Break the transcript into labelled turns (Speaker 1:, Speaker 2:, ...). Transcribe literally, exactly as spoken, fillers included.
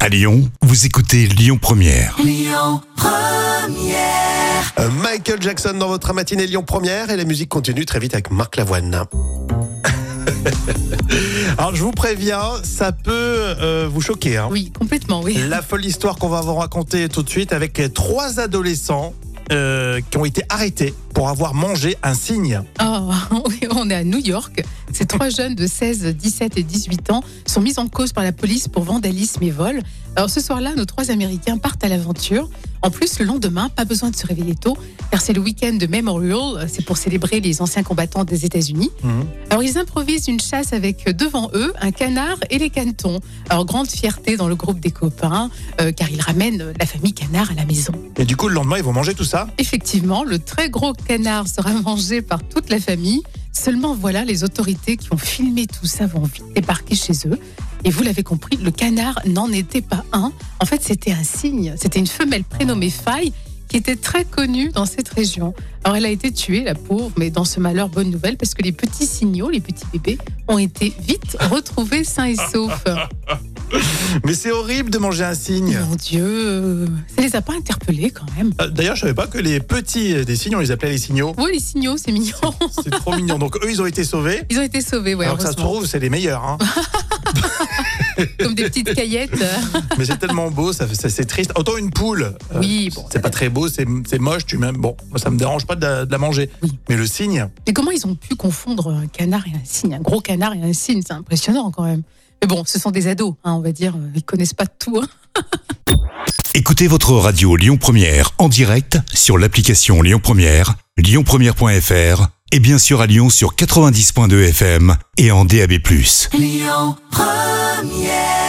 Speaker 1: À Lyon, vous écoutez Lyon Première.
Speaker 2: Lyon Première.
Speaker 3: Euh, Michael Jackson dans votre matinée Lyon Première et la musique continue très vite avec Marc Lavoine. Alors je vous préviens, ça peut euh, vous choquer. Hein.
Speaker 4: Oui, complètement, oui.
Speaker 3: La folle histoire qu'on va vous raconter tout de suite avec trois adolescents euh, qui ont été arrêtés pour avoir mangé un cygne.
Speaker 4: Oh, oui, on est à New York. Ces trois jeunes de seize, dix-sept et dix-huit ans sont mis en cause par la police pour vandalisme et vol. Alors ce soir-là, nos trois Américains partent à l'aventure. En plus, le lendemain, pas besoin de se réveiller tôt, car c'est le week-end de Memorial, c'est pour célébrer les anciens combattants des États-Unis. Mmh. Alors ils improvisent une chasse avec devant eux un canard et les canetons. Alors grande fierté dans le groupe des copains, euh, car ils ramènent la famille canard à la maison.
Speaker 3: Et du coup, le lendemain, ils vont manger tout ça ?
Speaker 4: Effectivement, le très gros canard sera mangé par toute la famille. Seulement voilà, les autorités qui ont filmé tout ça vont vite débarquer chez eux. Et vous l'avez compris, le canard n'en était pas un. En fait, c'était un cygne. C'était une femelle prénommée Faye qui était très connue dans cette région. Alors, elle a été tuée, la pauvre, mais dans ce malheur, bonne nouvelle, parce que les petits cygnos, les petits bébés, ont été vite retrouvés sains et saufs.
Speaker 3: Mais c'est horrible de manger un cygne.
Speaker 4: Mon Dieu, ça les a pas interpellés quand même.
Speaker 3: Euh, D'ailleurs, je savais pas que les petits des cygnes, on les appelait les signaux.
Speaker 4: Oui, les signaux, c'est mignon.
Speaker 3: C'est trop mignon. Donc eux, ils ont été sauvés.
Speaker 4: Ils ont été sauvés, ouais.
Speaker 3: Alors que ça se trouve, c'est les meilleurs. Hein.
Speaker 4: Comme des petites caillettes.
Speaker 3: Mais c'est tellement beau, ça, ça, c'est triste. Autant une poule, euh,
Speaker 4: oui, bon,
Speaker 3: c'est pas très beau, c'est, c'est moche. Tu m'aimes. Bon, moi, ça me dérange pas de la, de la manger.
Speaker 4: Oui.
Speaker 3: Mais le cygne.
Speaker 4: Mais comment ils ont pu confondre un canard et un cygne, un gros canard et un cygne, c'est impressionnant quand même. Mais bon, ce sont des ados, hein, on va dire, ils connaissent pas tout. Hein.
Speaker 1: Écoutez votre radio Lyon Première en direct sur l'application Lyon Première, lyon première point f r et bien sûr à Lyon sur quatre-vingt-dix point deux F M et en D A B plus.
Speaker 2: Lyon Première.